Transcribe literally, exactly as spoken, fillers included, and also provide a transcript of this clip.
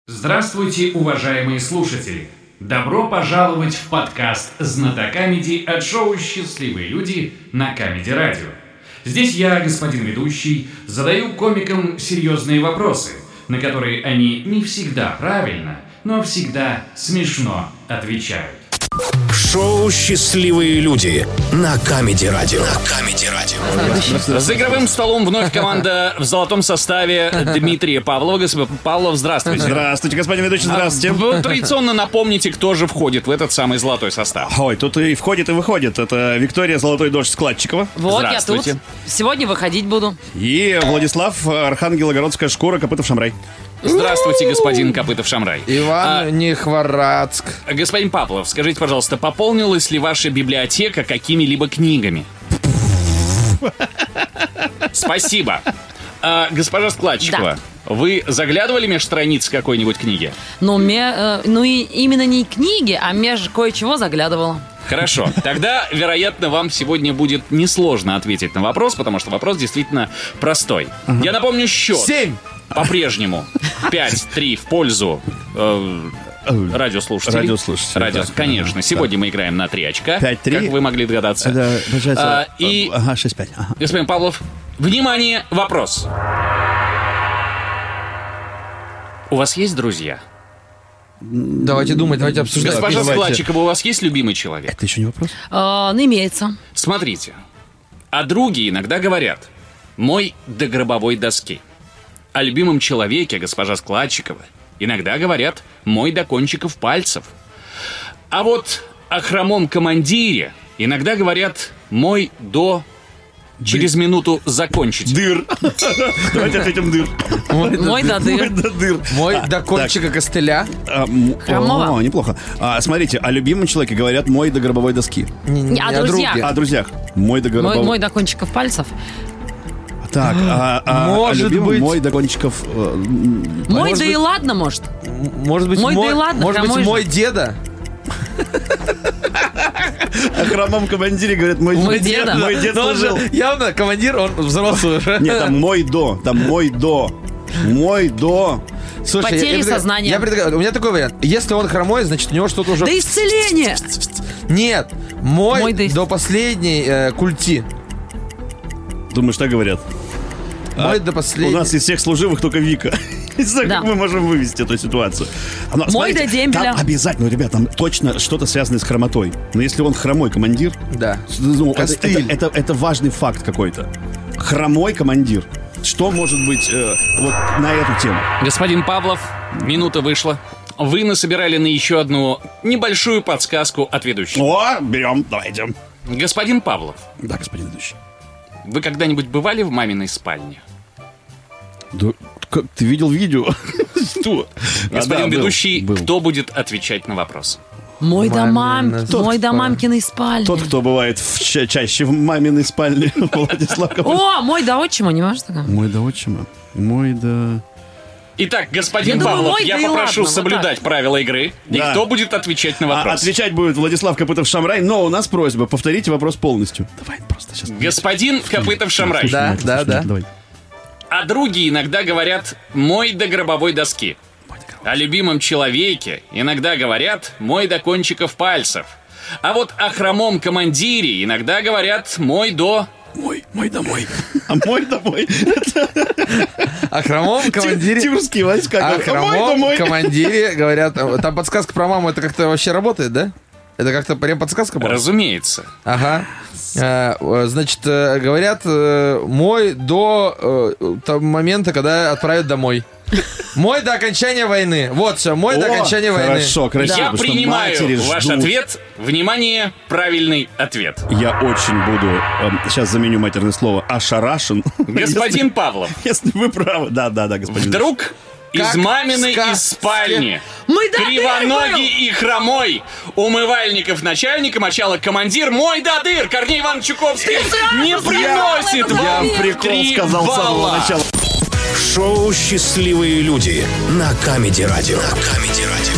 Здравствуйте, уважаемые слушатели! Добро пожаловать в подкаст «Знатокамеди» от шоу «Счастливые люди» на Камеди Радио. Здесь я, господин ведущий, задаю комикам серьезные вопросы, на которые они не всегда правильно, но всегда смешно отвечают. Шоу «Счастливые люди» на Камеди Радио. На Камеди Радио. За игровым столом вновь команда в золотом составе Дмитрия Павлова. Господин Павлов, здравствуйте. Здравствуйте, господин ведущий, здравствуйте. Вы традиционно напомните, кто же входит в этот самый золотой состав. Ой, тут и входит, и выходит. Это Виктория Золотой Дождь Складчикова. Вот, я тут. Здравствуйте. Сегодня выходить буду. И Владислав Архангелогородская шкура Копытов-Шамрай. Здравствуйте, господин Копытов-Шамрай. Иван А, Нехворацк. Господин Павлов, скажите, пожалуйста, пополнилась ли ваша библиотека какими-либо книгами? Спасибо. А, госпожа Складчикова, вы заглядывали меж страниц какой-нибудь книги? Ну, ме, э, ну и именно не книги, а меж кое-чего заглядывала. Хорошо, тогда, вероятно, вам сегодня будет несложно ответить на вопрос, потому что вопрос действительно простой. Я напомню счет. Семь. По-прежнему пять-три в пользу э, радиослушателей. Радиослушателей, Радио, так, конечно. ага, Сегодня мы играем на три очка, пять-три. как вы могли догадаться. Это, получается, А, и, ага, шесть-пять. Ага. господин Павлов, внимание, вопрос. У вас есть друзья? Давайте думать, давайте обсуждать. Госпожа Давайте. Складчикова, у вас есть любимый человек? Это еще не вопрос? Э, ну, имеется. Смотрите, о друге иногда говорят «мой до гробовой доски». О любимом человеке, госпожа Складчикова, иногда говорят «мой до кончиков пальцев». А вот о хромом командире иногда говорят «мой до...» Через минуту закончить. Дыр. Давайте ответим дыр. Мой до дыр. До дыр. Мой до кончика костыля. А, м- Хромого. О, неплохо. А, смотрите, о любимом человеке говорят «мой до гробовой доски». Не, не, о не друзьях. друге. О друзьях. «Мой до Мой, гробовой». мой до кончиков пальцев. Так, а, а, Может о любимом быть. «мой до кончиков». э, Мой может да и быть- ладно, может. М- Может быть, Мой мой, да и ладно, может быть, хромой же. мой деда. О хромом командире говорят «мой, Мой деда. Мой дед Но он же служил». явно командир, он взрослый уже. Нет, там «мой до». Там «мой до». «Мой до». Слушай, Потери я, я, сознания. Я предлагаю, у меня такой вариант. Если он хромой, значит, у него что-то уже... Да исцеление! Нет, мой, Мой до- до последней э, культи. Думаешь, так говорят? Мой до У последней... нас из всех служивых только Вика. Не знаю, Да. как мы можем вывести эту ситуацию. Но, Мой смотрите, до дембеля. Там обязательно, ребят, там точно что-то связанное с хромотой. Но если он хромой командир, Да. ну, это, Костыль. это, это, это важный факт какой-то. Хромой командир. Что может быть э, вот на эту тему? Господин Павлов, минута вышла. Вы насобирали на еще одну небольшую подсказку от ведущего. О, берем, давайте. Господин Павлов, Да, господин ведущий. вы когда-нибудь бывали в маминой спальне? Да, как, ты видел видео? Что? Господин А, да, был, ведущий, был. кто будет отвечать на вопрос? Мой до мам... Мамина Мой до спальня. мамкиной спальни. Тот, кто бывает в ча- чаще в маминой спальне. Владислав Копытов. О, мой до отчима, не можешь такое? Мой до отчима. Мой до... Итак, господин Я думаю, Павлов, мой, я да и попрошу ладно, вот соблюдать так. правила игры. И Да. кто будет отвечать на А, вопрос? отвечать будет Владислав Копытов-Шамрай, но у нас просьба, повторите вопрос полностью. Давай просто сейчас. Господин Копытов-Шамрай. Да, да, да. Давай. О друге иногда говорят «мой до гробовой доски». О любимом человеке иногда говорят «мой до кончиков пальцев». А вот о хромом командире иногда говорят «мой до...» Мой, мой домой. А мой домой. О хромом командире... Тюркские войска. О говорят, «А мой хромом домой». командире говорят... Там подсказка про маму, это как-то вообще работает, да? Это как-то прям подсказка была? Разумеется. Ага. Э, э, Значит, э, говорят, э, мой до э, того момента, когда отправят домой. Мой до окончания войны. Вот все, мой до О, окончания войны. Хорошо, красиво. Я потому что принимаю матери ваш ждут. ответ. Внимание, правильный ответ. Я очень буду, эм, сейчас заменю матерное слово, ошарашен. Господин Павлов, Если вы правы. Да, да, да, господин. вдруг из Как маминой в сказке. из спальни Мой до дыр кривоногий и хромой умывальников начальника мочала командир мой додыр Корней Иванович Чуковский не приносит Я вам прикол три сказал с самого балла. начала. Шоу «Счастливые люди» на Камеди Радио. На Камеди Радио.